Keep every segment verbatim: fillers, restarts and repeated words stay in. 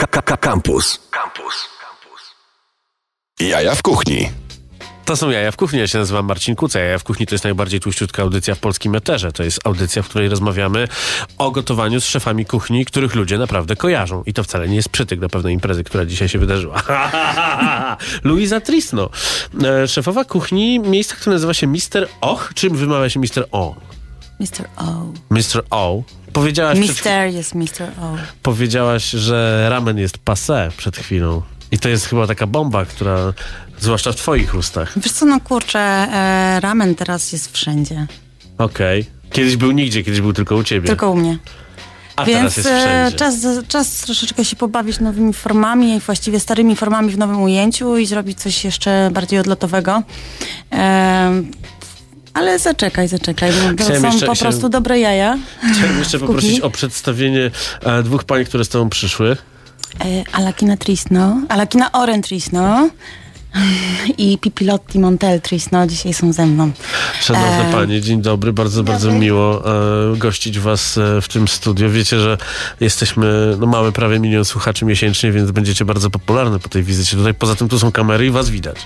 Campus. Campus. Jaja w kuchni. To są Jaja w kuchni. Ja się nazywam Marcin Kuca. Jaja w kuchni to jest najbardziej tłuściutka audycja w polskim eterze. To jest audycja, w której rozmawiamy o gotowaniu z szefami kuchni, których ludzie naprawdę kojarzą. I to wcale nie jest przytyk do pewnej imprezy, która dzisiaj się wydarzyła. Luisa Trisno, e, szefowa kuchni miejsca, które nazywa się mister Och. Czym wymawia się mister O? mister O. mister O. Powiedziałaś mister przed... jest mister O. Powiedziałaś, że ramen jest passé przed chwilą. I to jest chyba taka bomba, która, zwłaszcza w twoich ustach. Wiesz co, no kurczę, e, ramen teraz jest wszędzie. Okej. Okay. Kiedyś był nigdzie, kiedyś był tylko u ciebie. Tylko u mnie. A Więc teraz jest wszędzie. Czas, czas troszeczkę się pobawić nowymi formami, właściwie starymi formami w nowym ujęciu i zrobić coś jeszcze bardziej odlotowego. E, ale zaczekaj, zaczekaj, bo to są jeszcze, po prostu dobre jaja. Chciałem jeszcze poprosić o przedstawienie e, dwóch pań, które z tobą przyszły. E, Alakina Trisno, Alakina Oren Trisno i Pipilotti Montel Trisno dzisiaj są ze mną. Szanowne e... panie, dzień dobry. Bardzo, dobry. bardzo miło e, gościć was e, w tym studiu. Wiecie, że jesteśmy, no mamy prawie milion słuchaczy miesięcznie, więc będziecie bardzo popularne po tej wizycie tutaj. Poza tym tu są kamery i was widać.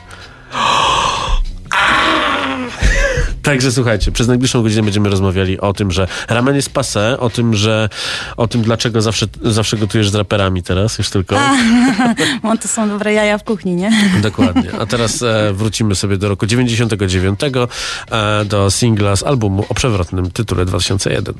Także słuchajcie, przez najbliższą godzinę będziemy rozmawiali o tym, że ramen jest passé, o tym, że o tym, dlaczego zawsze, zawsze gotujesz z raperami teraz, już tylko. Bo to są dobre jaja w kuchni, nie? Dokładnie. A teraz e, wrócimy sobie do roku dziewięćdziesiątego dziewiątego, e, do singla z albumu o przewrotnym tytule dwa tysiące jeden.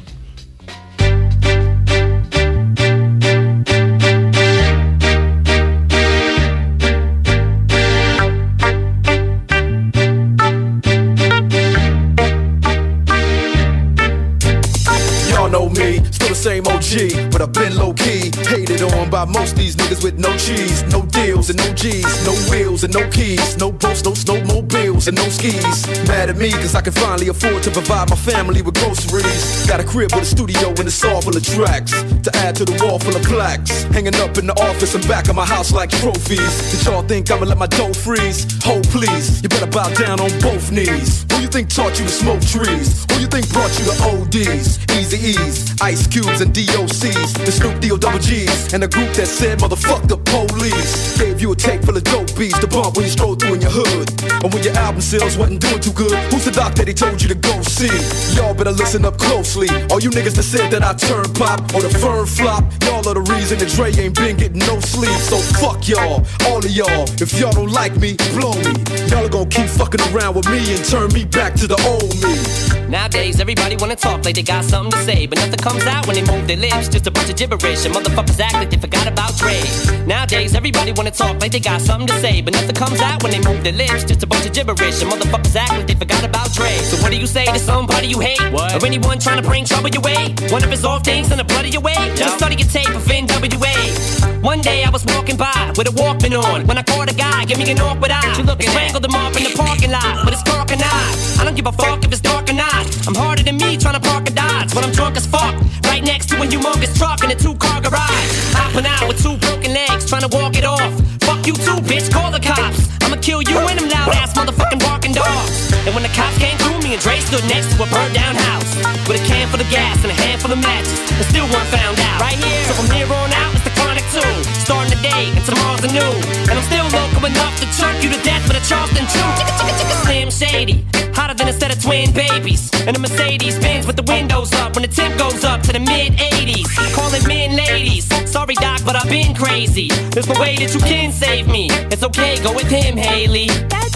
Same O G, but I've been low-key hated on by most these niggas with no cheese, no deals and no G's, no wheels and no keys, no boats, no snowmobiles and no skis. Mad at me cause I can finally afford to provide my family with groceries. Got a crib with a studio and it's all full of tracks to add to the wall full of plaques, hanging up in the office and back of my house like trophies. Did y'all think I'ma let my dough freeze? Hold please, you better bow down on both knees. Who you think taught you to smoke trees? Who you think brought you to O Ds, Eazy-E's, Ice Cubes and D O C's, the Snoop D O double G's, and the group that said motherfuck the police. Gave you a tape full of dope beats to bump when you stroll through in your hood, or when your album sales wasn't doing too good. Who's the doc that he told you to go see? Y'all better listen up closely. All you niggas that said that I turn pop or the firm flop, y'all are the reason that Dre ain't been getting no sleep. So fuck y'all, all of y'all. If y'all don't like me, blow me. Y'all are gonna keep fucking around with me and turn me back to the old me. Nowadays everybody wanna talk like they got something to say, but nothing comes out when they move their lips. Just a bunch of gibberish and motherfuckers act like they forgot about Dre. Nowadays everybody wanna talk like they got something to say, but nothing comes out when they move their lips. Just a bunch of gibberish and motherfuckers act like they forgot about Dre. So what do you say to somebody you hate? What? Or anyone trying to bring trouble your way? One of his off things in the blood of your way? Just study your tape of N W A. One day I was walking by with a Walkman on when I caught a guy, give me an awkward eye. You look strangled him up in the parking lot, but it's dark and I. I don't give a fuck if it's dark or not. I'm harder than me trying to park a Dodge when I'm drunk as fuck, right next to a humongous truck in a two-car garage. Hopping out with two broken legs, trying to walk it off. Fuck you too, bitch, call the cops. I'ma kill you and them loud-ass motherfucking barking dogs. And when the cops came through, me and Dre stood next to a burned-down house with a can full of gas and a handful of matches, and still one found out. Right here, so from here on out, it's the chronic two. Starting the day, and tomorrow's a new. And I'm still local enough to choke you to death with a Charleston chew. Chicka, chicka, chicka, Slim Shady, hotter than a set of twin babies. And a Mercedes Benz with the windows up when the temp goes up to the mid eighties. Calling men ladies. Sorry doc, but I've been crazy. There's no way that you can save me. It's okay, go with him, Haley.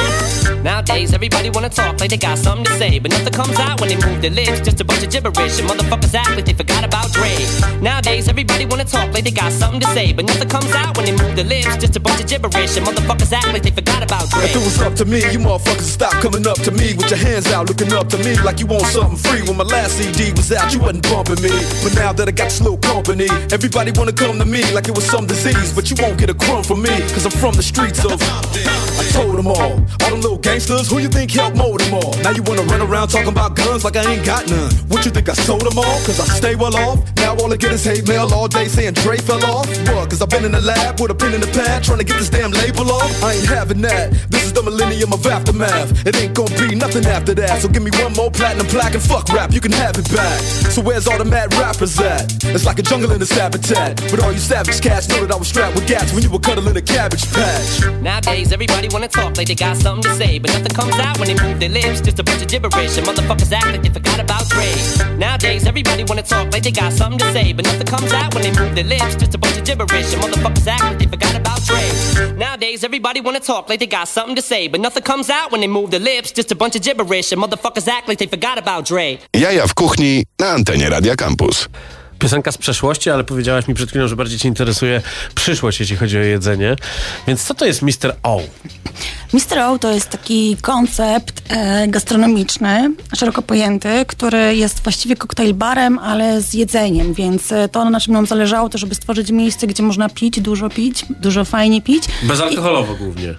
Nowadays everybody wanna talk like they got something to say, but nothing comes out when they move their lips. Just a bunch of gibberish and motherfuckers act like they forgot about Dre. Nowadays everybody wanna talk like they got something to say, but nothing comes out when they move their lips. Just a bunch of gibberish and motherfuckers act like they forgot about Dre. If it was up to me, you motherfuckers stop coming up to me with your hands out, looking up to me like you want something free. When my last C D was out, you wasn't bumping me, but now that I got this little company, everybody wanna come to me like it was some disease, but you won't get a crumb from me, cause I'm from the streets of. I told them all, all them little gangsters, who you think helped mold them all? Now you wanna run around talking about guns like I ain't got none. What you think I sold them all? Cause I stay well off. Now all I get is hate mail all day saying Dre fell off. What? Cause I've been in the lab with a pen in the pad trying to get this damn label off. I ain't having that. This is the millennium of aftermath. It ain't gonna be nothing after that. So give me one more platinum plaque and fuck rap, you can have it back. So where's all the mad rappers at? It's like a jungle in this habitat. But all you savage cats know that I was strapped with gats when you were cuddling a cabbage patch. Nowadays, everybody wanna talk like they got something to say, but nothing comes out when they move their lips. Just a bunch of gibberish, and motherfuckers act like they forgot about Dre. Nowadays, everybody wanna talk like they got something to say, but nothing comes out when they move their lips. Just a bunch of gibberish, and motherfuckers act like they forgot about Dre. Nowadays, everybody wanna talk like they got something to say, but nothing comes out when they move their lips. Just a bunch of gibberish, and motherfuckers act like they forgot about Dre. Jaja w kuchni na antenie Radia Campus. Piosenka z przeszłości, ale powiedziałaś mi przed chwilą, że bardziej cię interesuje przyszłość, jeśli chodzi o jedzenie. Więc co to jest mister O? mister O to jest taki koncept e, gastronomiczny, szeroko pojęty, który jest właściwie koktajl barem, ale z jedzeniem, więc to, na czym nam zależało, to żeby stworzyć miejsce, gdzie można pić, dużo pić, dużo fajnie pić. Bezalkoholowo I... głównie.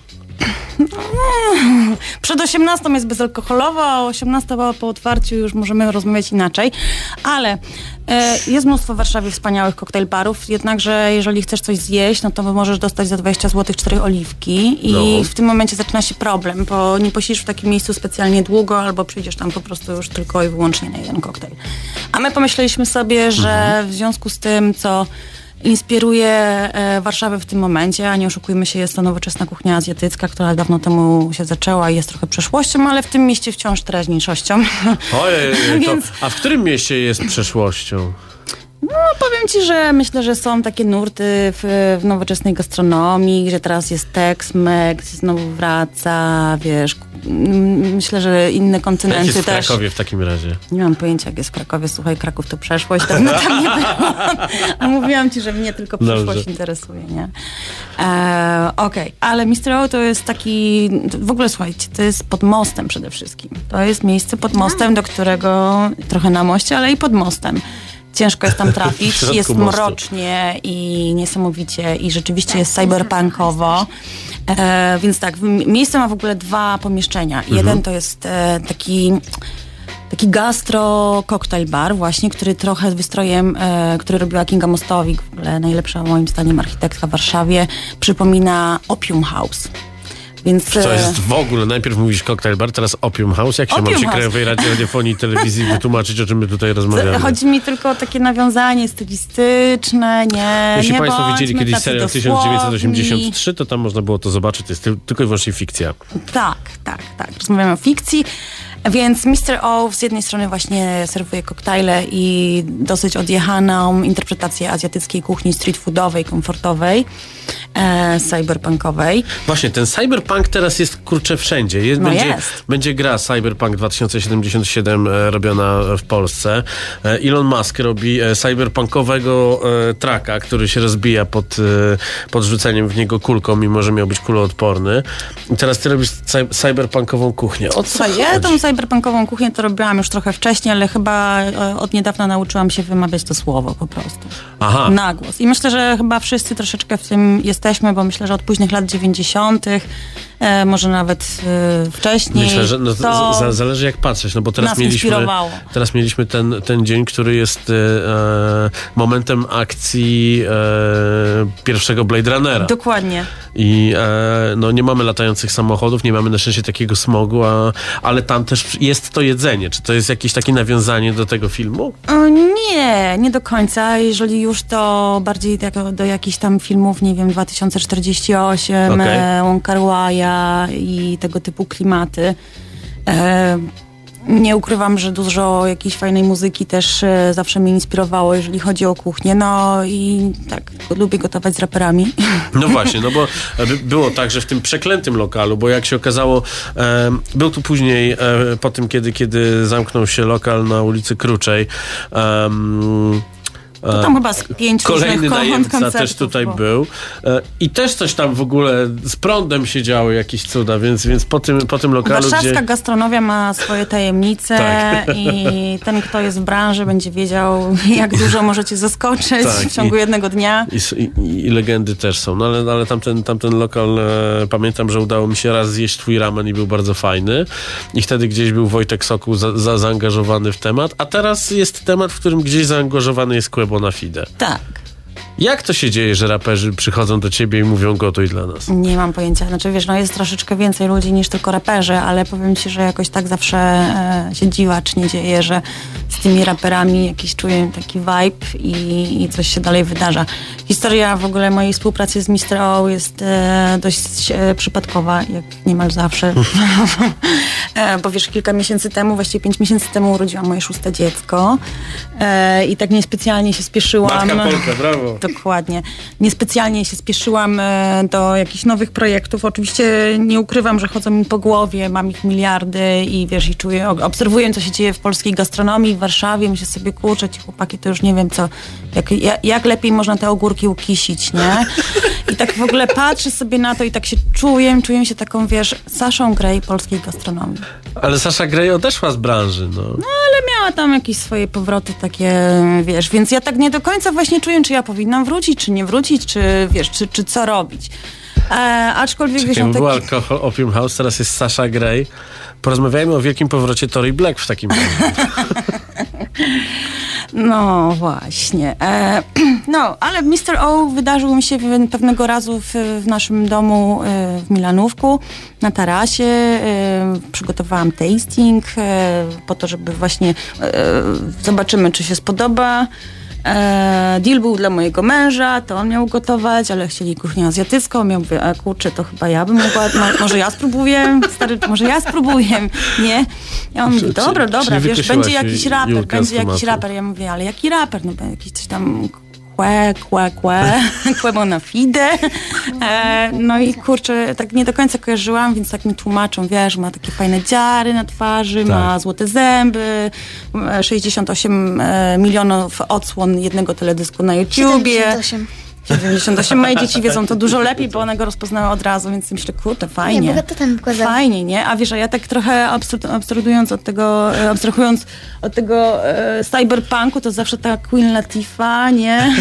Przed osiemnastą jest bezalkoholowa, a osiemnasta po otwarciu już możemy rozmawiać inaczej, ale e, jest mnóstwo w Warszawie wspaniałych koktajl barów, jednakże jeżeli chcesz coś zjeść, no to możesz dostać za dwadzieścia złotych cztery oliwki i no. w tym momencie zaczyna się problem, bo nie posiedzisz w takim miejscu specjalnie długo, albo przyjdziesz tam po prostu już tylko i wyłącznie na jeden koktajl. A my pomyśleliśmy sobie, że mhm. w związku z tym, co inspiruje e, Warszawę w tym momencie, a nie oszukujmy się, jest to nowoczesna kuchnia azjatycka, która dawno temu się zaczęła i jest trochę przeszłością, ale w tym mieście wciąż teraźniejszością. Ojej, Więc... to, a w którym mieście jest przeszłością? No, powiem ci, że myślę, że są takie nurty w, w nowoczesnej gastronomii, że teraz jest Tex-Mex, znowu wraca, wiesz, myślę, że inne kontynenty jak jest też. w Krakowie w takim razie? Nie mam pojęcia, jak jest w Krakowie. Słuchaj, Kraków to przeszłość, dawno tam nie było. A mówiłam ci, że mnie tylko przyszłość Dobrze. interesuje, nie? E, Okej, okay. Ale mister O to jest taki, w ogóle słuchajcie, to jest pod mostem przede wszystkim. To jest miejsce pod mostem, do którego, trochę na moście, ale i pod mostem. Ciężko jest tam trafić, jest mostu. mrocznie i niesamowicie i rzeczywiście jest cyberpunkowo. E, więc tak, miejsce ma w ogóle dwa pomieszczenia. Mhm. Jeden to jest e, taki... Taki gastro-cocktail bar właśnie, który trochę z wystrojem, e, który robiła Kinga Mostowik, w ogóle najlepsza moim zdaniem architektka w Warszawie, przypomina Opium House. Więc, to jest w ogóle, najpierw mówisz cocktail bar, teraz Opium House. Jak się Opium mam przy House. Krajowej Radzie Radiofonii i Telewizji wytłumaczyć, o czym my tutaj rozmawiamy? Chodzi mi tylko o takie nawiązanie stylistyczne, nie Jeśli nie Państwo widzieli kiedyś serial tysiąc dziewięćset osiemdziesiąt trzy, to tam można było to zobaczyć, to jest tylko i wyłącznie fikcja. Tak, tak, tak. Rozmawiamy o fikcji. Więc mister O z jednej strony właśnie serwuje koktajle i dosyć odjechaną interpretację azjatyckiej kuchni street foodowej, komfortowej, e, cyberpunkowej. Właśnie, ten cyberpunk teraz jest kurczę wszędzie. Jest, no będzie, jest. będzie gra Cyberpunk dwa tysiące siedemdziesiąt siedem e, robiona w Polsce. E, Elon Musk robi e, cyberpunkowego e, traka, który się rozbija pod, e, pod rzuceniem w niego kulką, mimo że miał być kuloodporny. I teraz ty robisz cy- cyberpunkową kuchnię. O co Słuchaj, ja tą cyberpunkową kuchnię to robiłam już trochę wcześniej, ale chyba e, od niedawna nauczyłam się wymawiać to słowo po prostu. Aha. Na głos. I myślę, że chyba wszyscy troszeczkę w tym jesteśmy, bo myślę, że od późnych lat dziewięćdziesiątych, e, może nawet e, wcześniej. Myślę, że no, to z, zależy jak patrzeć, no bo teraz nas mieliśmy, inspirowało. teraz mieliśmy ten, ten dzień, który jest e, momentem akcji e, pierwszego Blade Runnera. Dokładnie. I e, no nie mamy latających samochodów, nie mamy na szczęście takiego smogu, a, ale tam też jest to jedzenie. Czy to jest jakieś takie nawiązanie do tego filmu? O, nie, nie do końca. Jeżeli już, to bardziej do, do jakichś tam filmów, nie wiem, dwa tysiące czterdzieści osiem, okay. e, Wong Kar-waja i tego typu klimaty. E, Nie ukrywam, że dużo jakiejś fajnej muzyki też e, zawsze mnie inspirowało, jeżeli chodzi o kuchnię. No i tak, lubię gotować z raperami. No właśnie, no bo było tak, że w tym przeklętym lokalu, bo jak się okazało, e, był tu później, e, po tym, kiedy, kiedy zamknął się lokal na ulicy Kruczej, e, To tam chyba z pięć Kolejny najemca też tutaj było. był. I też coś tam w ogóle z prądem się działo, jakieś cuda, więc, więc po, tym, po tym lokalu, Warszawska gdzie... gastronomia ma swoje tajemnice tak. i ten, kto jest w branży, będzie wiedział, jak dużo możecie zaskoczyć tak. w ciągu I, jednego dnia. I, i, I legendy też są. No ale, ale tamten, tamten lokal, e, pamiętam, że udało mi się raz zjeść twój ramen i był bardzo fajny. I wtedy gdzieś był Wojtek Sokół za, za, zaangażowany w temat, a teraz jest temat, w którym gdzieś zaangażowany jest Quebo na Fide. Tak. Jak to się dzieje, że raperzy przychodzą do ciebie i mówią gotuj dla nas? Nie mam pojęcia. Znaczy wiesz, no jest troszeczkę więcej ludzi niż tylko raperzy, ale powiem ci, że jakoś tak zawsze e, się dziwacznie dzieje, że z tymi raperami jakiś czuję taki vibe i, i coś się dalej wydarza. Historia w ogóle mojej współpracy z mister O jest e, dość e, przypadkowa, jak niemal zawsze. e, bo wiesz, kilka miesięcy temu, właściwie pięć miesięcy temu urodziłam moje szóste dziecko e, i tak niespecjalnie się spieszyłam. Matka Polka, brawo. Dokładnie. Niespecjalnie się spieszyłam do jakichś nowych projektów. Oczywiście nie ukrywam, że chodzą mi po głowie, mam ich miliardy i wiesz, i czuję, obserwuję, co się dzieje w polskiej gastronomii, w Warszawie, myślę sobie, kurczę, ci chłopaki, to już nie wiem co, jak, jak lepiej można te ogórki ukisić, nie? I tak w ogóle patrzę sobie na to i tak się czuję, czuję się taką, wiesz, Saszą Grey polskiej gastronomii. Ale Sasha Grey odeszła z branży, no. No, ale miała tam jakieś swoje powroty takie, wiesz, więc ja tak nie do końca właśnie czuję, czy ja powinnam wrócić, czy nie wrócić, czy wiesz, czy, czy co robić. E, aczkolwiek Czekaj, wiesz, no, był taki... alkohol, Opium House, teraz jest Sasha Grey. Porozmawiajmy o wielkim powrocie Tory Black w takim razie. No właśnie. E, no, ale mister O wydarzył mi się pewnego razu w, w naszym domu e, w Milanówku, na tarasie. E, przygotowałam tasting e, po to, żeby właśnie e, zobaczymy, czy się spodoba. E, deal był dla mojego męża, to on miał gotować, ale chcieli kuchnię azjatycką. Ja mówię, a kurczę, to chyba ja bym mogła, no, może ja spróbuję, stary, może ja spróbuję, nie? Ja on mówi, dobra, dobra, wiesz, będzie jakiś raper, będzie jakiś raper. Ja mówię, ale jaki raper? No jakiś coś tam... Kłe, kłe, kłe, Quebo na Fide. E, no i kurczę, tak nie do końca kojarzyłam, więc tak mi tłumaczą, wiesz, ma takie fajne dziary na twarzy, tak. ma złote zęby, sześćdziesiąt osiem milionów odsłon jednego teledysku na YouTubie. siedemdziesiąt osiem siedemdziesiąt osiem Moje dzieci wiedzą to dużo lepiej, bo one go rozpoznały od razu, więc myślę, kurde, fajnie. Nie, bo to ten wykładał. Fajnie, nie? A wiesz, a ja tak trochę abstrahując od tego, abstrahując od tego e, cyberpunku, to zawsze ta Queen Latifah, nie?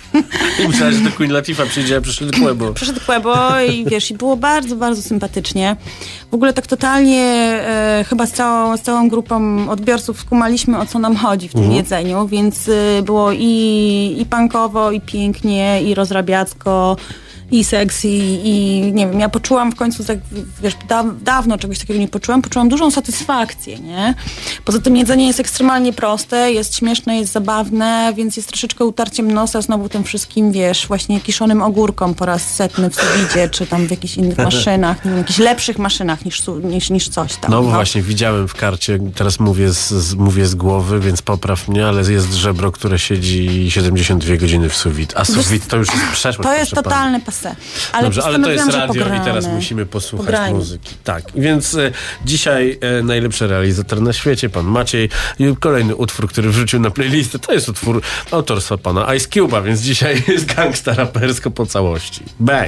I myślałem, że to Queen Latifah przyjdzie, a przyszedł Quebo. Przyszedł Quebo i wiesz, i było bardzo, bardzo sympatycznie. W ogóle tak totalnie e, chyba z całą, z całą grupą odbiorców skumaliśmy, o co nam chodzi w tym mhm. jedzeniu, więc e, było i, i punkowo, i pięknie, i rozrabiacko, i sexy, i nie wiem, ja poczułam w końcu, tak, wiesz, da, dawno czegoś takiego nie poczułam, poczułam dużą satysfakcję, nie? Poza tym jedzenie jest ekstremalnie proste, jest śmieszne, jest zabawne, więc jest troszeczkę utarciem nosa znowu tym wszystkim, wiesz, właśnie kiszonym ogórkom po raz setny w suwidzie, czy tam w jakichś innych maszynach, nie wiem, jakichś lepszych maszynach niż, niż, niż coś tam. No, no właśnie, widziałem w karcie, teraz mówię z, z, mówię z głowy, więc popraw mnie, ale jest żebro, które siedzi siedemdziesiąt dwie godziny w sous-vide, a sous-vide to już jest przeszłość. To jest totalny pas. Ale, Dobrze, ale to jest radio i teraz musimy posłuchać Pogramy. muzyki. Tak, więc e, dzisiaj e, najlepszy realizator na świecie, pan Maciej. I kolejny utwór, który wrzucił na playlistę, to jest utwór autorstwa pana Ice Cube'a, więc dzisiaj jest gangsta rapersko po całości. Bang!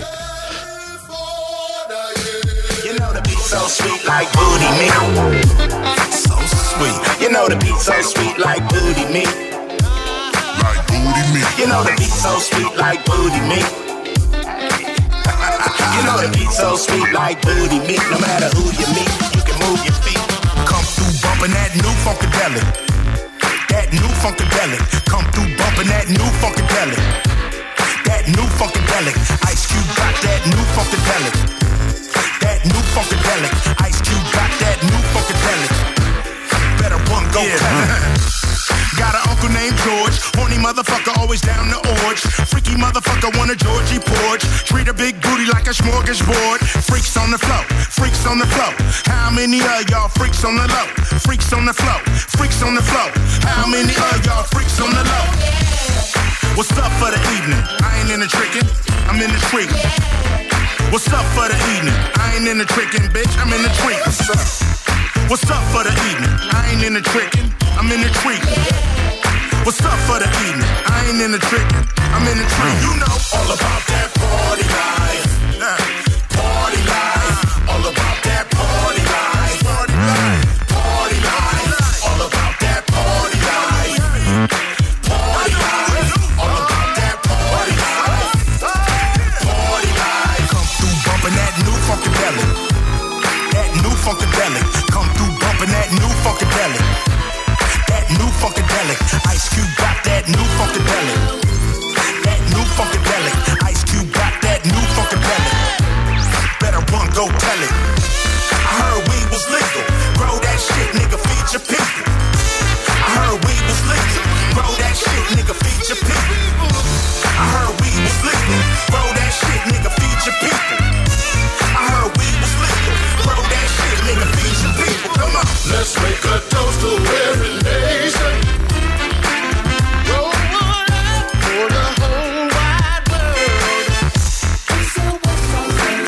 You know the beat so sweet like booty meat. So sweet. You know the beat so sweet like booty meat. Like booty meat. You know the beat so sweet like booty meat. You know the beat so sweet like booty meat. No matter who you meet, you can move your feet. Come through bumping that new funkadelic. That new funkadelic. Come through bumping that new funkadelic. That new funkadelic. Ice Cube got that new funkadelic. That new funkadelic. Ice Cube got that new funkadelic. Better one go yeah. Got an uncle named George, horny motherfucker, always down to orge. Freaky motherfucker, want a Georgie porch. Treat a big booty like a smorgasbord. Freaks on the flow, freaks on the flow. How many of y'all freaks on the low? Freaks on the flow, freaks on the flow. How many of y'all freaks on the low? What's up for the evening? I ain't in the trickin', I'm in the treat. What's up for the evening? I ain't in the trickin', bitch, I'm in the treat. What's up? What's up for the evening? I ain't in the trickin', I'm in the treat. What's up for the evening? I ain't in the trick, I'm in the tree. You know all about that party life. Uh, party life. All about that party life. Party life. Party life. All about that party life. Party life. All about that party life. Party life. Come through bumping that new funkadelic. That new funkadelic. Come through bumping that new funkadelic. That new funkadelic. Ice Cube got that new funkadelic. That new funkadelic. Ice Cube got that new funkadelic. Better run, go tell it. I heard weed was legal. Grow that shit, nigga, feed your people. I heard weed was legal. Grow that shit, nigga, feed your people. I heard weed was legal. Grow that shit, nigga, feed your people. I heard weed was legal. Grow that shit, nigga, feed your people. Come on. Let's make a toast to every nation. Roll one up for the whole wide world. It's a West Side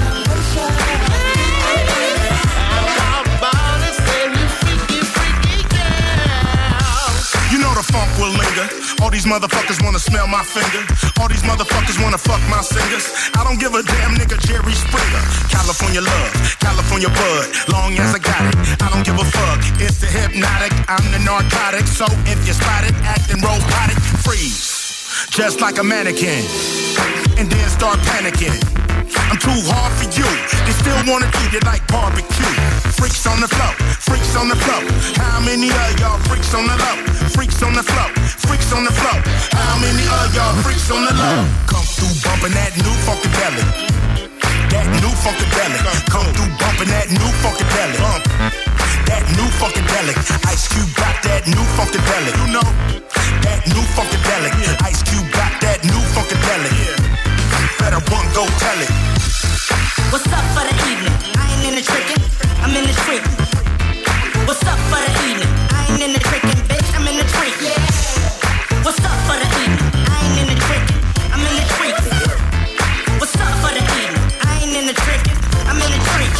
celebration. How about it, say you freaky, freaky down. You know the funk will linger. All these motherfuckers wanna smell my finger. All these motherfuckers wanna fuck my singers. I don't give a damn, nigga, Jerry Springer. California love, California bud. Long as I got it, I don't give a fuck. It's the hypnotic, I'm the narcotic. So if you spot it, acting robotic, freeze. Just like a mannequin. And then start panicking. I'm too hard for you. They still wanna eat it like barbecue. Freaks on the floor, freaks on the floor. How many of y'all freaks on the low? Freaks on the floor, freaks on the floor. How many of y'all freaks on the low? Come through bumping that new funkadelic. That new funkadelic. Come through bumping that new funkadelic. Bump. That new funkadelic. Ice Cube got that new funkadelic. You know that new funkadelic. Ice Cube got that new funkadelic. Better run, go tell it. What's up for the evening? I ain't in the trickin', I'm in the treat. What's up for the evening? I ain't in the trickin', bitch, I'm in the treat. What's up for the evening? I ain't in the trickin', I'm in the treat. What's up for the evening? I ain't in the trickin', I'm in the treat.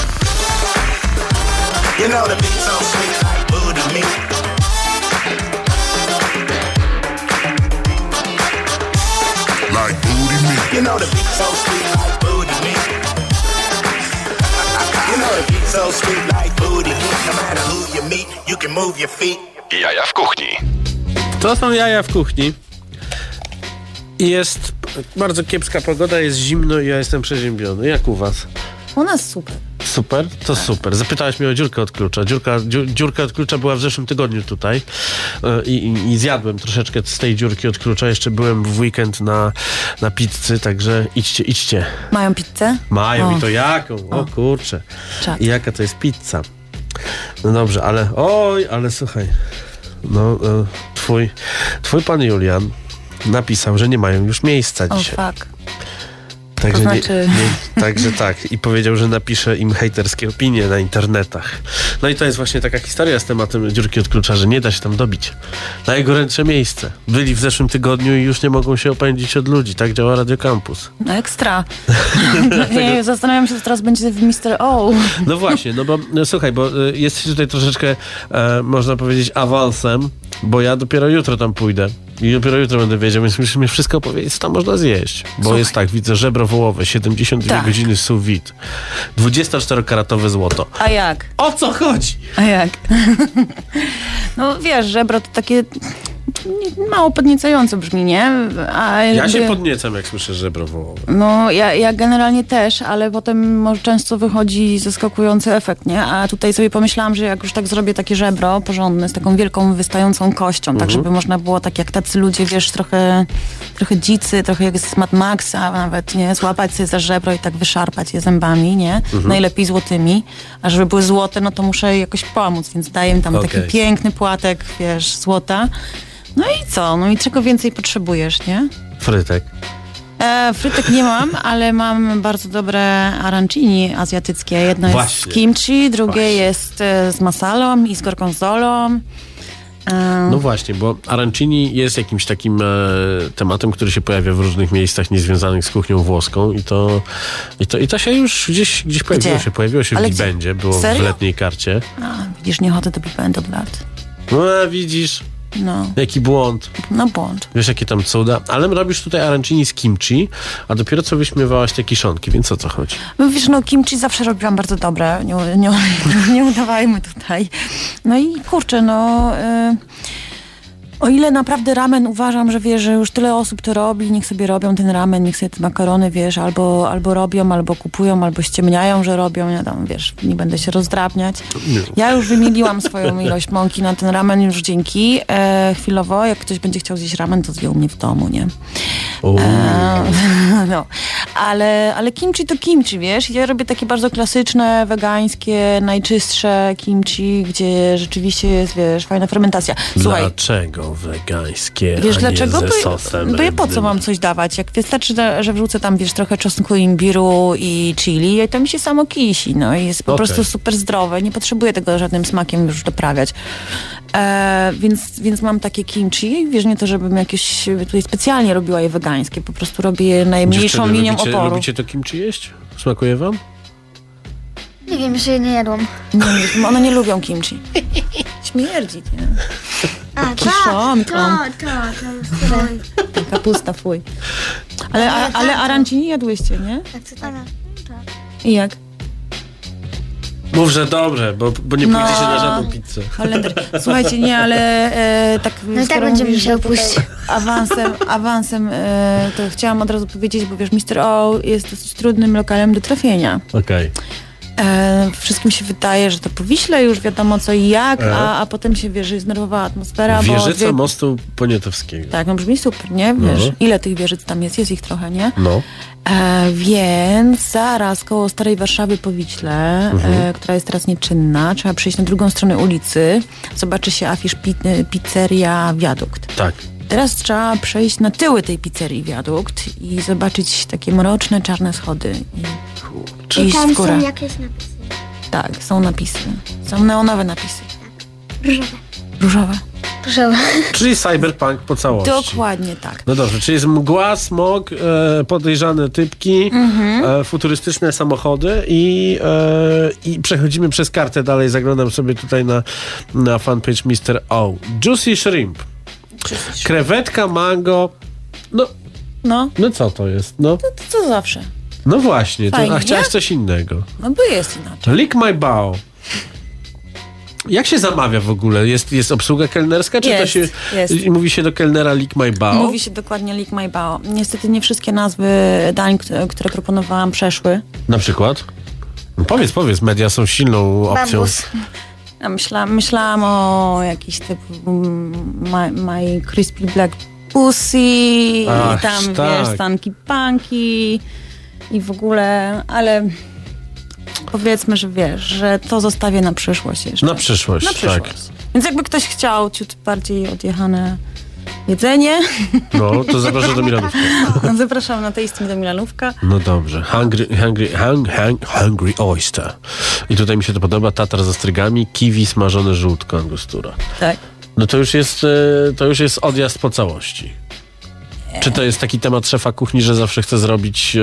You know the beat so sweet like booty meat. Like booty meat. You know the beat so sweet like booty meat. You know the beat so sweet like booty meat. No matter who you meet, you can move your feet. Jaja w kuchni. To są jaja w kuchni. I jest bardzo kiepska pogoda, jest zimno i ja jestem przeziębiony. Jak u was? U nas super. Super? To super. Zapytałaś mnie o dziurkę od klucza. Dziurka, dziur, dziurka od klucza była w zeszłym tygodniu tutaj i, i, i zjadłem troszeczkę z tej dziurki od klucza. Jeszcze byłem w weekend na, na pizzy, także idźcie, idźcie. Mają pizzę? Mają o. i to jaką? O, o kurczę. Czad. I jaka to jest pizza? No dobrze, ale oj, ale słuchaj. No, e, twój, twój pan Julian napisał, że nie mają już miejsca O, dzisiaj. fuck. Także, to znaczy... nie, nie, także tak. I powiedział, że napisze im hejterskie opinie na internetach. No i to jest właśnie taka historia z tematem dziurki od klucza, że nie da się tam dobić. Najgorętsze miejsce. Byli w zeszłym tygodniu i już nie mogą się opędzić od ludzi. Tak działa Radio Campus. No ekstra. Ja zastanawiam się, co teraz będzie w mister O. No właśnie, no bo no, słuchaj, bo y, jesteś tutaj troszeczkę, e, można powiedzieć, awansem, bo ja dopiero jutro tam pójdę. I dopiero jutro będę wiedział, więc musisz mi wszystko powiedzieć, co tam można zjeść. Bo Słuchaj. jest tak, widzę żebro wołowe, siedemdziesiąt dwie tak. godziny sous vide, dwudziestoczterokaratowe złoto. A jak? O co chodzi? A jak? No wiesz, żebro to takie mało podniecająco brzmi, nie? A ja jakby... się podniecam, jak słyszę żebro wołowe. No, ja, ja generalnie też, ale potem może często wychodzi zaskakujący efekt, nie? A tutaj sobie pomyślałam, że jak już tak zrobię takie żebro porządne, z taką wielką, wystającą kością, mhm. tak żeby można było, tak jak tacy ludzie, wiesz, trochę, trochę dzicy, trochę jak z Mad Maxa nawet, nie? Złapać sobie za żebro i tak wyszarpać je zębami, nie? Mhm. Najlepiej złotymi. A żeby były złote, no to muszę jakoś pomóc, więc daję im tam okay. taki piękny płatek, wiesz, złota. No i co? No i czego więcej potrzebujesz, nie? Frytek. E, frytek nie mam, ale mam bardzo dobre arancini azjatyckie. Jedno Właśnie. jest z kimchi, drugie Właśnie. jest e, z masalą i z gorgonzolą. E... No właśnie, bo arancini jest jakimś takim e, tematem, który się pojawia w różnych miejscach niezwiązanych z kuchnią włoską i to, i to, i to się już gdzieś, gdzieś pojawiło Gdzie? się. Pojawiło się ale w Big Bendzie, było Serio? w letniej karcie. A, widzisz, nie chodzę do Big Band od lat. No a widzisz... No. Jaki błąd. No błąd. Wiesz, jakie tam cuda. Ale robisz tutaj arancini z kimchi, a dopiero co wyśmiewałaś te kiszonki, więc o co chodzi? No wiesz, no kimchi zawsze robiłam bardzo dobre. Nie, nie, nie udawajmy tutaj. No i kurczę, no... Y- O ile naprawdę ramen uważam, że wiesz, że już tyle osób to robi, niech sobie robią ten ramen, niech sobie te makarony, wiesz, albo, albo robią, albo kupują, albo ściemniają, że robią, ja tam, wiesz, nie będę się rozdrabniać. Ja już wymieliłam swoją ilość mąki na ten ramen już dzięki. E, chwilowo, jak ktoś będzie chciał zjeść ramen, to zje u mnie w domu, nie? E, no. Ale, ale kimchi to kimchi, wiesz? Ja robię takie bardzo klasyczne, wegańskie, najczystsze kimchi, gdzie rzeczywiście jest, wiesz, fajna fermentacja. Słuchaj, dlaczego wegańskie, wiesz a dlaczego? nie ze Bo, sosem bo ja po co rybnym? mam coś dawać? Jak wystarczy, że wrzucę tam, wiesz, trochę czosnku, imbiru i chili, i to mi się samo kisi, no i jest po Okej. prostu super zdrowe. Nie potrzebuję tego żadnym smakiem już doprawiać. E, więc, więc mam takie kimchi. Wiesz, nie to, żebym jakieś tutaj specjalnie robiła je wegańskie, po prostu robię je najmniejszą Dziewczyny, linią lubicie, oporu. lubicie to kimchi jeść? Smakuje wam? Nie wiem, jeszcze nie jadłam. Nie, nie, one nie lubią kimchi. Śmierdzi, nie? A, Kiszonką. to, to, to jest twój. Kapusta, fuj. Ale, a, ale arancini jadłyście, nie? Tak, co tak? I jak? Mów, że dobrze, bo, bo nie No. pójdziecie na żadną pizzę. Holender. Słuchajcie, nie, ale e, tak... No i tak skoro będziemy mówisz, musiał że tutaj puścić. Awansem, awansem e, to chciałam od razu powiedzieć, bo wiesz, mister O jest dosyć trudnym lokalem do trafienia. Okej. E, wszystkim się wydaje, że to po Wiśle już wiadomo co i jak, a, a potem się wie, że jest nerwowa atmosfera. bo Wieżyca dwie- mostu Poniatowskiego. Tak, no brzmi super, nie? Wiesz, No. ile tych wieżyc tam jest? Jest ich trochę, nie? No. E, więc zaraz koło Starej Warszawy po Wiśle, e, która jest teraz nieczynna, trzeba przejść na drugą stronę ulicy, zobaczy się afisz pi- pizzeria Wiadukt. Tak. Teraz trzeba przejść na tyły tej pizzerii Wiadukt i zobaczyć takie mroczne, czarne schody. I I iść tam w górę. są jakieś napisy. Tak, są napisy. Są neonowe napisy. Różowe. Różowe. Różowe. Czyli cyberpunk po całości. Dokładnie tak. No dobrze, czyli jest mgła, smog, e, podejrzane typki, e, futurystyczne samochody i, e, i przechodzimy przez kartę dalej. Zaglądam sobie tutaj na, na fanpage mister O. Juicy Shrimp. Krewetka, mango. No, No, no co to jest? No, to, to co zawsze. no właśnie, to, Fajnie, a chciałaś nie? coś innego. No bo jest inaczej. Lick my bow. Jak się zamawia w ogóle? Jest, jest obsługa kelnerska? Czy to Jest, się jest. i mówi się do kelnera lick my bow? Mówi się dokładnie lick my bow. Niestety nie wszystkie nazwy dań, które, które proponowałam, przeszły. Na przykład? No powiedz, powiedz, media są silną opcją. Bambus. Ja myśla, myślałam o jakiś typu my, my Crispy Black Pussy Ach, i tam, tak. wiesz, tanki punki i w ogóle, ale powiedzmy, że wiesz, że to zostawię na przyszłość jeszcze. Na przyszłość, Na przyszłość. tak. Więc jakby ktoś chciał ciut bardziej odjechane jedzenie, No, to zapraszam do Milanówki. zapraszam na tasting do Milanówka. No dobrze. Hungry, hungry, hung, hung, hungry oyster. I tutaj mi się to podoba. Tatar z ostrygami, kiwi, smażone żółtko, angostura. Tak. No to już jest, e, to już jest odjazd po całości. Czy to jest taki temat szefa kuchni, że zawsze chce zrobić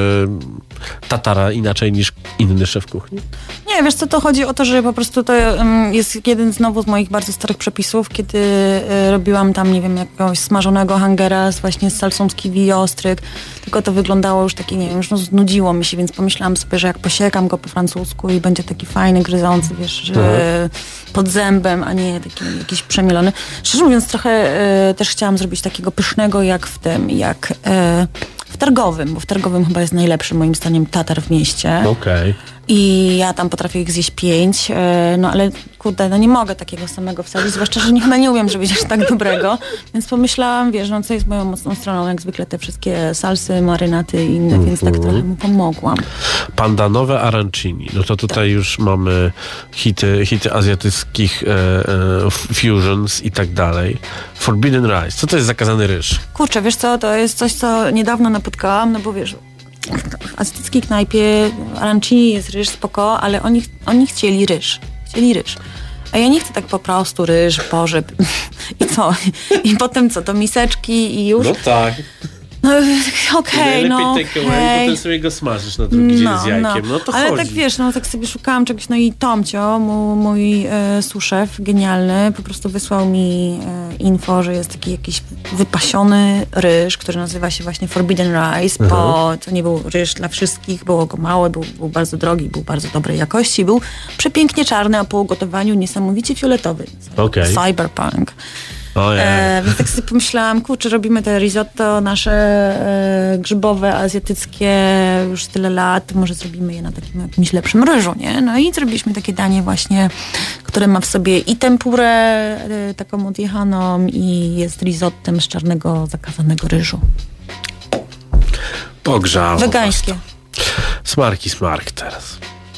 e, tatara inaczej niż inny szef kuchni? Nie, wiesz co, to chodzi o to, że po prostu to um, jest jeden znowu z moich bardzo starych przepisów, kiedy y, robiłam tam, nie wiem, jakiegoś smażonego hangera z właśnie z salsą z kiwi i ostryg, tylko to wyglądało już takie, nie wiem, już no, znudziło mi się, więc pomyślałam sobie, że jak posiekam go po francusku i będzie taki fajny, gryzący, wiesz, że pod zębem, a nie taki jakiś przemielony. Szczerze mówiąc, trochę y, też chciałam zrobić takiego pysznego jak w tym, jak y, w Targowym, bo w Targowym chyba jest najlepszy moim zdaniem tatar w mieście. Okej. Okay. I ja tam potrafię ich zjeść pięć, e, no ale kurde, no nie mogę takiego samego wsadzić, zwłaszcza, że nie, chyba nie umiem zrobić aż tak dobrego, więc pomyślałam, wiesz, no co jest moją mocną stroną, jak zwykle te wszystkie salsy, marynaty i inne, mm-hmm. więc tak trochę mu pomogłam. Pandanowe arancini, no to tutaj tak. już mamy hity, hity azjatyckich e, e, fusions i tak dalej. Forbidden rice, co to jest zakazany ryż? Kurczę, wiesz co, to jest coś, co niedawno napotkałam, no bo wiesz, w azjatyckiej knajpie arancini jest ryż, spoko, ale oni, oni chcieli ryż. Chcieli ryż. A ja nie chcę tak po prostu ryż, Boże. I co? I potem co? To miseczki i już? No tak. No okej, okay, no Najlepiej take away, okay. potem sobie go smażysz na drugi dzień no, z jajkiem. No, no to ale chodzi. tak wiesz, no tak sobie szukałam czegoś, no i Tomcio, mój, mój e, suszef genialny, po prostu wysłał mi e, info, że jest taki jakiś wypasiony ryż, który nazywa się właśnie Forbidden Rice, uh-huh. bo to nie był ryż dla wszystkich, było go mało, był, był bardzo drogi, był bardzo dobrej jakości, był przepięknie czarny, a po ugotowaniu niesamowicie fioletowy. Okay. Cyberpunk. Oh, yeah. e, więc tak sobie pomyślałam, kurczę, robimy te risotto nasze e, grzybowe, azjatyckie już tyle lat, może zrobimy je na takim jakimś lepszym ryżu, nie? No i zrobiliśmy takie danie właśnie, które ma w sobie i tempurę e, taką odjechaną i jest risottem z czarnego, zakazanego ryżu. Pogrzało. Wegańskie. Smarki smark teraz.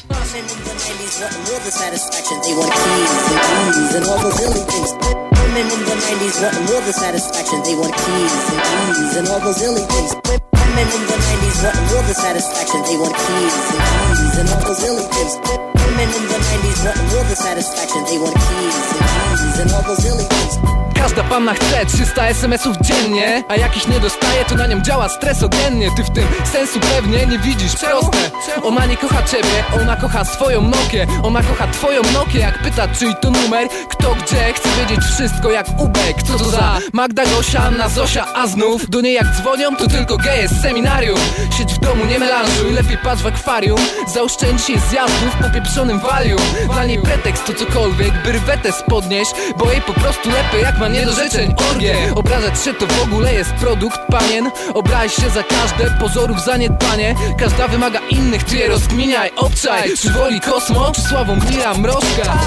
Women in the nineties wanting more than satisfaction. They want keys and keys and all those illy things. Women in the nineties wanting more than satisfaction. They want keys and keys and all those illy things. Women in the nineties wanting more than satisfaction. They want keys and keys and all those illy things. Każda panna chce trzysta es em esów dziennie, a jakich nie dostaje, to na nią działa stres ogiennie. Ty w tym sensu pewnie nie widzisz, proste. Ona nie kocha ciebie, ona kocha swoją Nokię. Ona kocha twoją Nokię, jak pyta czyj to numer, kto gdzie, chce wiedzieć wszystko jak Ubek. Co to za Magda, Gosia, Anna, Zosia, a znów do niej jak dzwonią, to tylko geje z seminarium. Siedź w domu, nie melanżuj, lepiej patrz w akwarium. Zaoszczędź się zjazdów po pieprzonym walium. Dla niej pretekst to cokolwiek, by rwetę spodnieść, bo jej po prostu lepiej jak ma nie do życzeń orgie. Obrażać się to w ogóle jest produkt panien. Obraź się za każde, pozorów zaniedbanie. Każda wymaga innych, ty je rozkminiaj, obczaj. Czy woli Kosmo, czy Sławomira Mrożka?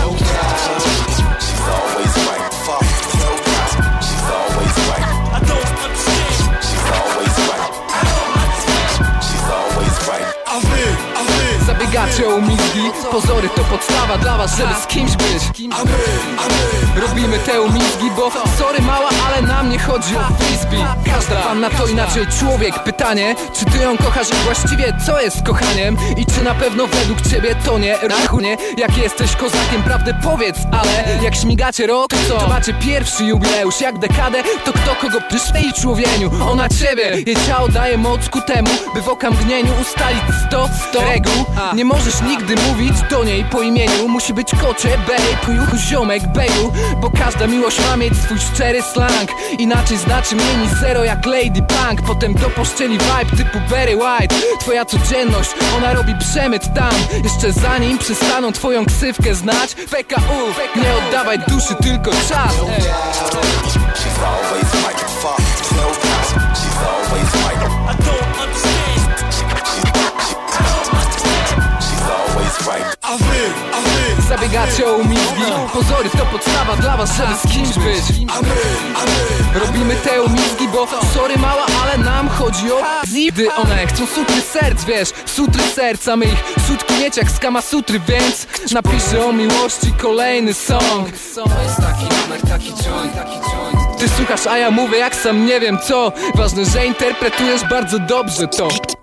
Zabiegacie o umizgi, pozory to podstawa dla was, żeby z kimś być. Robimy te umizgi, bo sorry mała, ale nam nie chodzi o frisbee. Każda panna to inaczej człowiek. Pytanie, czy ty ją kochasz i właściwie co jest kochaniem? I czy na pewno według ciebie to nie rachunie? Jak jesteś kozakiem, prawdę powiedz, ale jak śmigacie rok, to co? To macie pierwszy jubileusz, jak dekadę, to kto kogo przy tej człowieniu? Ona ciebie, jej ciało daje moc ku temu, by w okamgnieniu ustalić sto, sto reguł. Nie możesz nigdy mówić do niej po imieniu. Musi być kocie, bej, pojuchu, ziomek, beju. Bo każda miłość ma mieć swój szczery slang. Inaczej znaczy mniej niż zero jak Lady Punk. Potem do poszczeli vibe typu Barry White. Twoja codzienność, ona robi przemyt tam. Jeszcze zanim przestaną twoją ksywkę znać. P K U, nie oddawaj duszy, tylko czas. Ej. She's always right, fuck, no cops. She's always right. I don't understand. Zabiegacie o umizgi, pozory to podstawa dla was, żeby z kimś być. Robimy te umizgi, bo sorry mała, ale nam chodzi o gdy one chcą sutry serc, wiesz, sutry serca, my ich sutki mieć jak z Kama Sutry, więc napiszę o miłości kolejny song. To jest taki numer, taki joint, taki joint. Ty słuchasz, a ja mówię jak sam nie wiem co. Ważne, że interpretujesz bardzo dobrze to.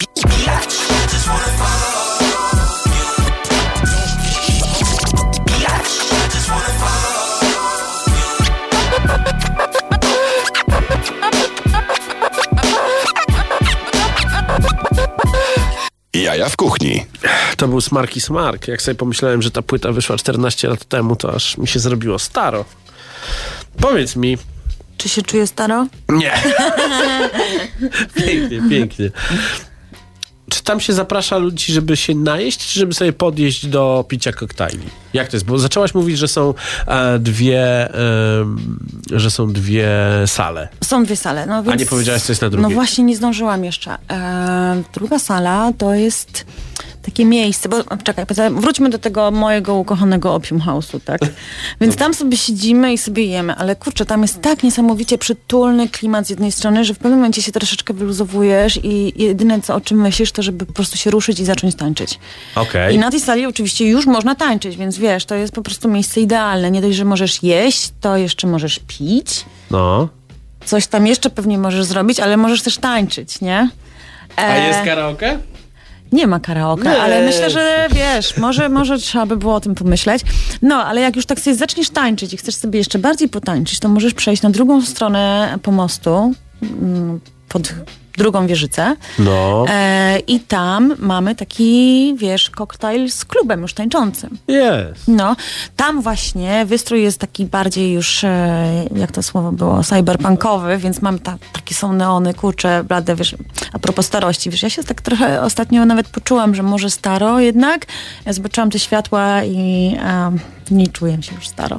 Jaja w kuchni. To był Smarki Smark. Jak sobie pomyślałem, że ta płyta wyszła czternaście lat temu, to aż mi się zrobiło staro. Powiedz mi... Czy się czuję staro? Nie. Pięknie, pięknie. Czy tam się zaprasza ludzi, żeby się najeść, czy żeby sobie podjeść do picia koktajli? Jak to jest? Bo zaczęłaś mówić, że są e, dwie e, że są dwie sale. Są dwie sale. No więc, a nie powiedziałaś, co jest na drugiej. No właśnie, nie zdążyłam jeszcze. E, druga sala to jest takie miejsce, bo czekaj, wróćmy do tego mojego ukochanego Opium House'u, tak? Więc tam sobie siedzimy i sobie jemy, ale kurczę, tam jest tak niesamowicie przytulny klimat z jednej strony, że w pewnym momencie się troszeczkę wyluzowujesz i jedyne, co o czym myślisz, to żeby po prostu się ruszyć i zacząć tańczyć. Okay. I na tej sali oczywiście już można tańczyć, więc wiesz, to jest po prostu miejsce idealne. Nie dość, że możesz jeść, to jeszcze możesz pić. No. Coś tam jeszcze pewnie możesz zrobić, ale możesz też tańczyć, nie? E... A jest karaoke? Nie ma karaoke, nie. Ale myślę, że wiesz, może, może trzeba by było o tym pomyśleć. No, ale jak już tak sobie zaczniesz tańczyć i chcesz sobie jeszcze bardziej potańczyć, to możesz przejść na drugą stronę pomostu, pod drugą wieżycę. No. E, I tam mamy taki, wiesz, koktajl z klubem już tańczącym. Jest. No, tam właśnie wystrój jest taki bardziej już, e, jak to słowo było, cyberpunkowy, więc mamy ta, takie są neony, kurcze, blade, wiesz, a propos starości, wiesz, ja się tak trochę ostatnio nawet poczułam, że może staro jednak. Ja zobaczyłam te światła i e, nie czuję się już staro.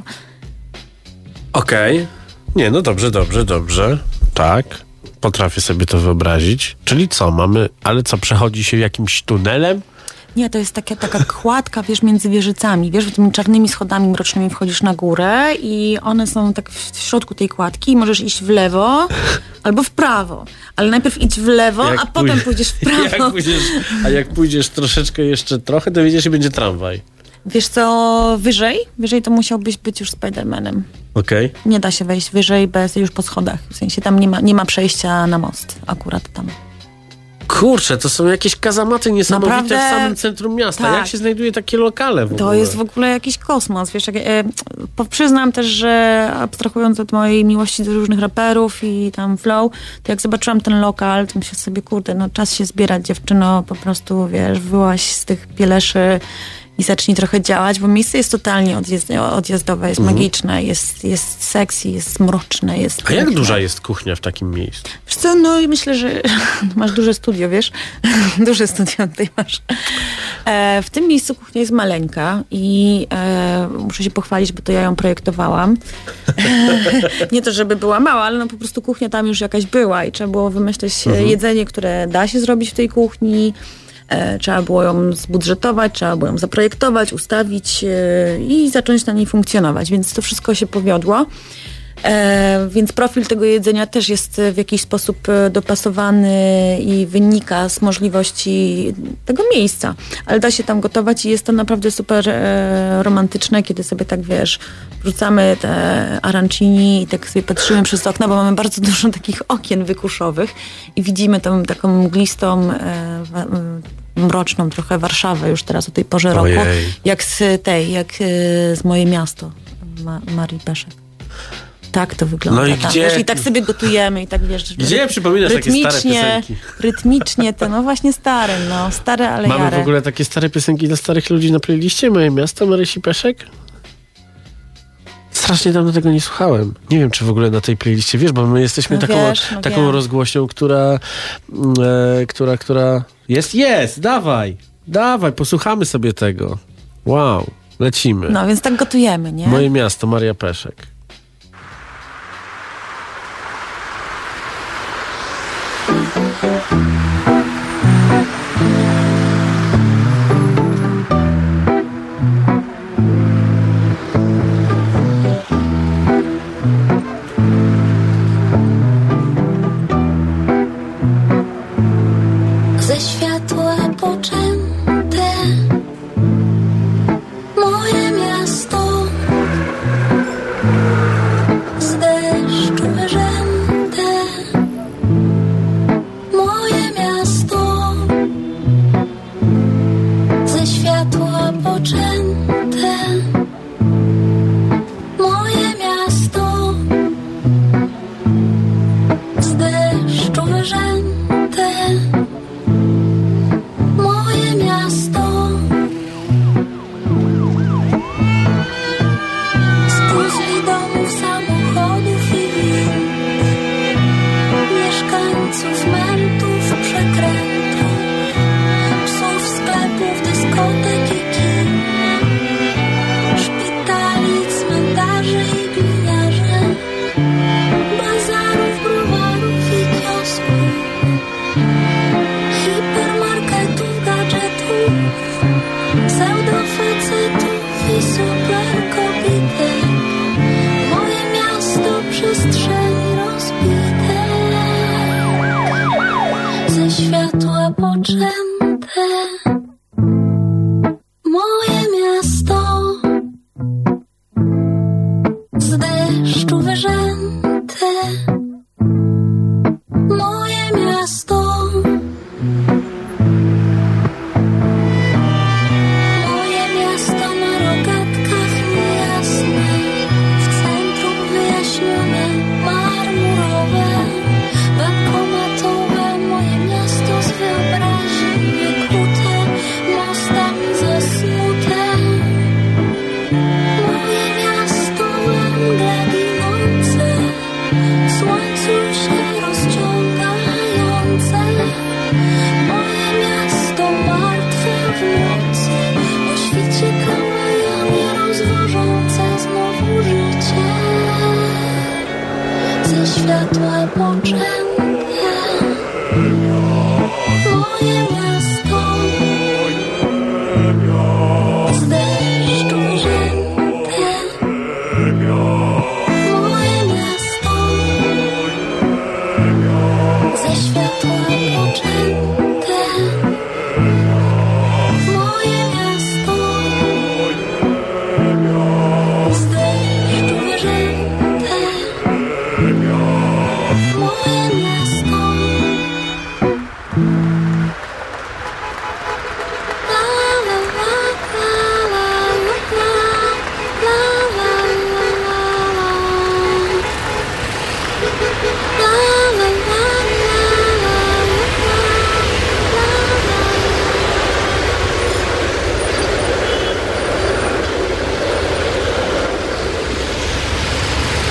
Okej. Okay. Nie, no dobrze, dobrze, dobrze. Tak. Potrafię sobie to wyobrazić. Czyli co, mamy, ale co, przechodzi się jakimś tunelem? Nie, to jest taka, taka kładka, wiesz, między wieżycami. Wiesz, tymi czarnymi schodami mrocznymi wchodzisz na górę i one są tak w środku tej kładki i możesz iść w lewo albo w prawo. Ale najpierw idź w lewo, jak a pój- potem pójdziesz w prawo. Jak pójdziesz, a jak pójdziesz troszeczkę jeszcze trochę, to widzisz, że będzie tramwaj. Wiesz co, wyżej? Wyżej to musiałbyś być już Spidermanem. Okej. Okay. Nie da się wejść wyżej bez już po schodach. W sensie tam nie ma, nie ma przejścia na most. Akurat tam. Kurczę, to są jakieś kazamaty niesamowite Naprawdę? w samym centrum miasta. Tak. Jak się znajduje takie lokale w ogóle? To jest w ogóle jakiś kosmos. Wiesz, jak, e, po, przyznam też, że abstrahując od mojej miłości do różnych raperów i tam flow, to jak zobaczyłam ten lokal, to myślę sobie, kurde, no czas się zbierać, dziewczyno, po prostu, wiesz, wyłaź z tych pieleszy i zacznij trochę działać, bo miejsce jest totalnie odjazd, odjazdowe, jest mhm. magiczne, jest, jest sexy, jest mroczne, jest... A jak duża jest kuchnia w takim miejscu? Wiesz co, no i myślę, że masz duże studio, wiesz? Duże studio tutaj masz. E, w tym miejscu kuchnia jest maleńka i e, muszę się pochwalić, bo to ja ją projektowałam. Nie to, żeby była mała, ale no po prostu kuchnia tam już jakaś była i trzeba było wymyśleć mhm. jedzenie, które da się zrobić w tej kuchni. E, trzeba było ją zbudżetować, trzeba było ją zaprojektować, ustawić e, i zacząć na niej funkcjonować, więc to wszystko się powiodło. E, więc profil tego jedzenia też jest w jakiś sposób dopasowany i wynika z możliwości tego miejsca. Ale da się tam gotować i jest to naprawdę super e, romantyczne, kiedy sobie tak, wiesz, wrzucamy te arancini i tak sobie patrzymy przez okno, bo mamy bardzo dużo takich okien wykuszowych i widzimy tą taką mglistą, e, mroczną trochę Warszawę już teraz o tej porze roku. Ojej. Jak z tej, jak e, z Moje Miasto Ma- Marii Peszek. Tak to wygląda. No i tam, gdzie? wiesz, i tak sobie gotujemy i tak, wiesz... Gdzie przypominasz takie stare piosenki? Rytmicznie to, no właśnie stare, no. Stare, ale Mamy jare. w ogóle takie stare piosenki dla starych ludzi na playliście? Moje Miasto, Marysi Peszek? Strasznie dawno tego nie słuchałem. Nie wiem, czy w ogóle na tej playliście, wiesz, bo my jesteśmy no taką, wiesz, no taką wiem. rozgłośnią, która, e, która, która... Jest, jest, dawaj, dawaj, posłuchamy sobie tego. Wow, lecimy. No, więc tak gotujemy, nie? Moje Miasto, Maria Peszek. Ze światła poczęte moje miasto, z deszczu wyrzęte moje miasto, ze światła poczęte moje miasto, z deszczu wyrzęte moje miasto.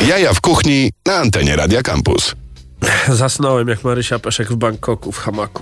Jaja w kuchni na antenie Radia Campus. Zasnąłem jak Marysia Peszek w Bangkoku w hamaku.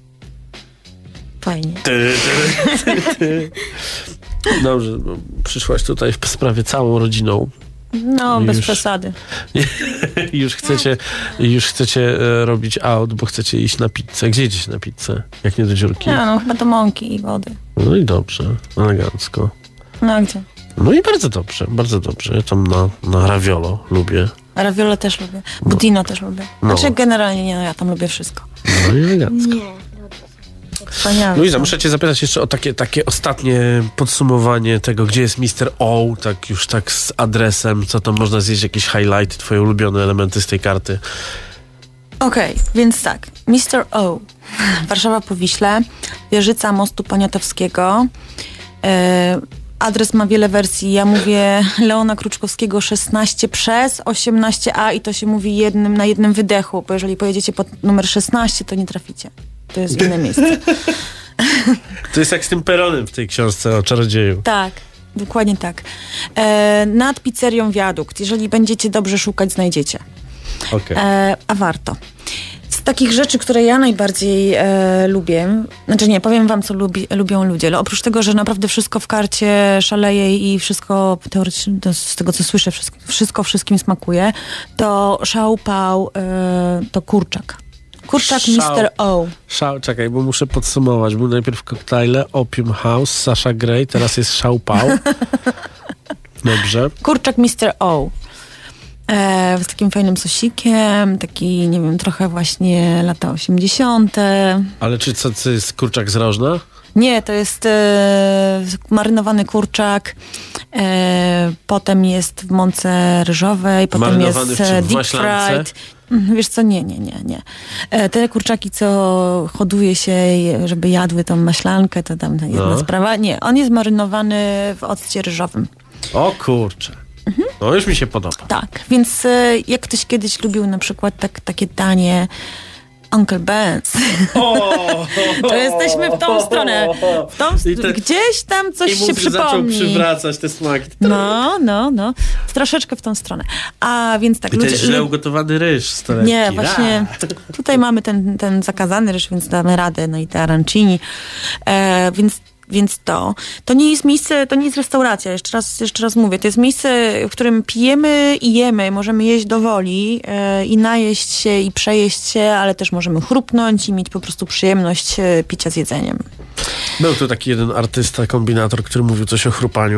Fajnie. Ty, ty, ty, ty. Dobrze, no, przyszłaś tutaj w sprawie całą rodziną. No, bez już, przesady. już chcecie, już chcecie e, robić out, bo chcecie iść na pizzę. Gdzie idziecie na pizzę? Jak nie do dziurki? Nie, no chyba do mąki i wody. No i dobrze, elegancko. No a gdzie? No i bardzo dobrze, bardzo dobrze. Ja tam na, na raviolo lubię. Raviolo też lubię. Budino też lubię. No. Znaczy generalnie nie, no ja tam lubię wszystko. No i elegancko. Wspaniale. Luiza, muszę cię zapytać jeszcze o takie, takie ostatnie podsumowanie tego, gdzie jest mister O, tak już tak z adresem, co tam można zjeść, jakieś highlighty, twoje ulubione elementy z tej karty. Okej, okay, więc tak. mister O. Warszawa po Wiśle, wieżyca mostu Poniatowskiego. E, adres ma wiele wersji. Ja mówię Leona Kruczkowskiego szesnaście przez osiemnaście A i to się mówi jednym na jednym wydechu, bo jeżeli pojedziecie pod numer szesnaście, to nie traficie. To jest inne miejsce. To jest jak z tym peronem w tej książce o czarodzieju. Tak, dokładnie tak. E, nad pizzerią Wiadukt. Jeżeli będziecie dobrze szukać, znajdziecie. Okay. E, a warto. Z takich rzeczy, które ja najbardziej e, lubię, znaczy nie, powiem wam, co lubi, lubią ludzie, ale oprócz tego, że naprawdę wszystko w karcie szaleje i wszystko, teoretycznie, to z tego co słyszę, wszystko, wszystko wszystkim smakuje, to szałpał, e, to kurczak. Kurczak Szał. mister O. Szał, czekaj, bo muszę podsumować. Był najpierw koktajle, Opium House, Sasha Grey, teraz jest szałpał. Dobrze. Kurczak mister O. E, z takim fajnym sosikiem, taki, nie wiem, trochę właśnie lata osiemdziesiąte. Ale czy co, co jest kurczak z rożna? Nie, to jest e, marynowany kurczak, e, potem jest w mące ryżowej, potem marynowany jest w czym? W deep maślance? fried. Wiesz co, nie, nie, nie, nie. E, te kurczaki, co hoduje się, żeby jadły tą maślankę, to tam jedna No. sprawa. Nie, on jest marynowany w occie ryżowym. O kurczę. Mhm. No już mi się podoba. Tak, więc e, jak ktoś kiedyś lubił na przykład tak, takie danie Uncle Ben's, O, to jesteśmy w tą stronę. W tą, I te, gdzieś tam coś i się mózg zaczął przypomni. przywracać te smaki. No, no, no. Troszeczkę w tą stronę. A więc tak. I to ludzie- jest źle ugotowany ryż z torebki. Nie, właśnie tutaj mamy ten, ten zakazany ryż, więc damy radę, no i te arancini. E, więc Więc to, to nie jest miejsce, to nie jest restauracja, jeszcze raz, jeszcze raz mówię, to jest miejsce, w którym pijemy i jemy, możemy jeść do woli e, i najeść się i przejeść się, ale też możemy chrupnąć i mieć po prostu przyjemność e, picia z jedzeniem. Był tu taki jeden artysta, kombinator, który mówił coś o chrupaniu.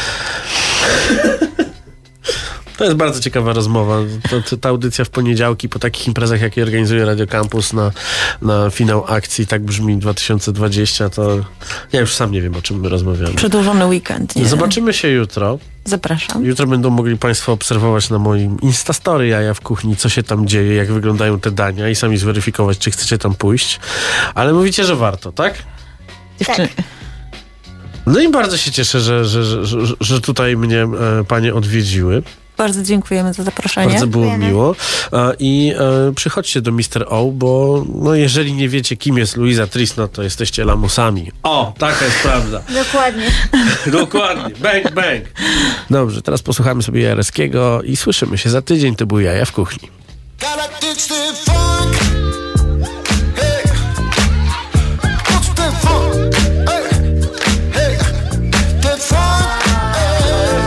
To jest bardzo ciekawa rozmowa. To, to, ta audycja w poniedziałki po takich imprezach, jakie organizuje Radio Campus na, na finał akcji, tak brzmi dwa tysiące dwadzieścia, to ja już sam nie wiem, o czym my rozmawiamy. Przedłużony weekend. Nie? Zobaczymy się jutro. Zapraszam. Jutro będą mogli państwo obserwować na moim Instastory Jaja w kuchni, co się tam dzieje, jak wyglądają te dania i sami zweryfikować, czy chcecie tam pójść. Ale mówicie, że warto, tak? Jeszcze... No i bardzo się cieszę, że, że, że, że, że tutaj mnie e, panie odwiedziły. Bardzo dziękujemy za zaproszenie. Bardzo było miło. E, I e, przychodźcie do mister O, bo no, jeżeli nie wiecie, kim jest Luiza Trisno, to jesteście lamusami. O, taka jest prawda. Dokładnie. Dokładnie. Bang, bang. Dobrze, teraz posłuchamy sobie Jareskiego i słyszymy się za tydzień. To był Jaja w kuchni. Galaktyczny funk. Hey. Poczuł ten funk. Hey. Hey. Ten funk. Hey.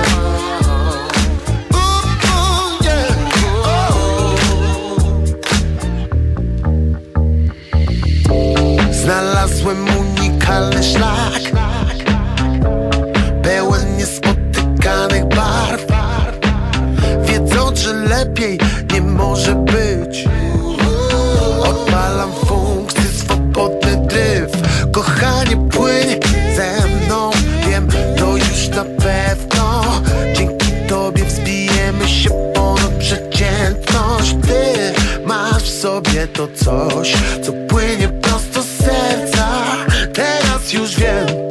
Ooh, ooh, yeah. Oh. Znalazłem unikalny szlak, pełen niespotykanych barw, wiedząc, że lepiej nie może być. Odpalam funkcję, swobodny dryf. Kochanie, płyń ze mną, wiem to już na pewno. Dzięki tobie wzbijemy się ponad przeciętność. Ty masz w sobie to coś, co płynie prosto z serca. Teraz już wiem,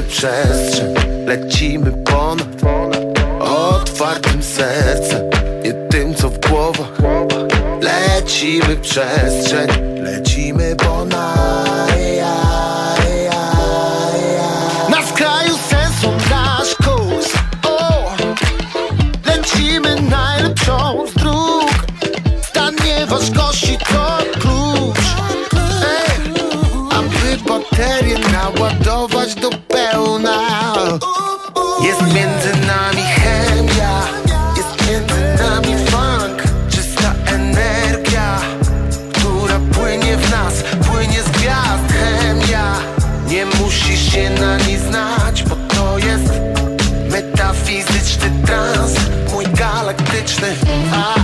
przestrzeń, lecimy ponad otwartym sercem, nie tym co w głowach. Lecimy przestrzeń, lecimy ponad. Na skraju sensu nasz kurs, o, lecimy najlepszą z dróg. Stan nieważkości to klucz, ej, aby baterię naładować do pełna. Jest między nami chemia, jest między nami funk, czysta energia, która płynie w nas, płynie z gwiazd. Chemia, nie musisz się na niej znać, bo to jest metafizyczny trans, mój galaktyczny. A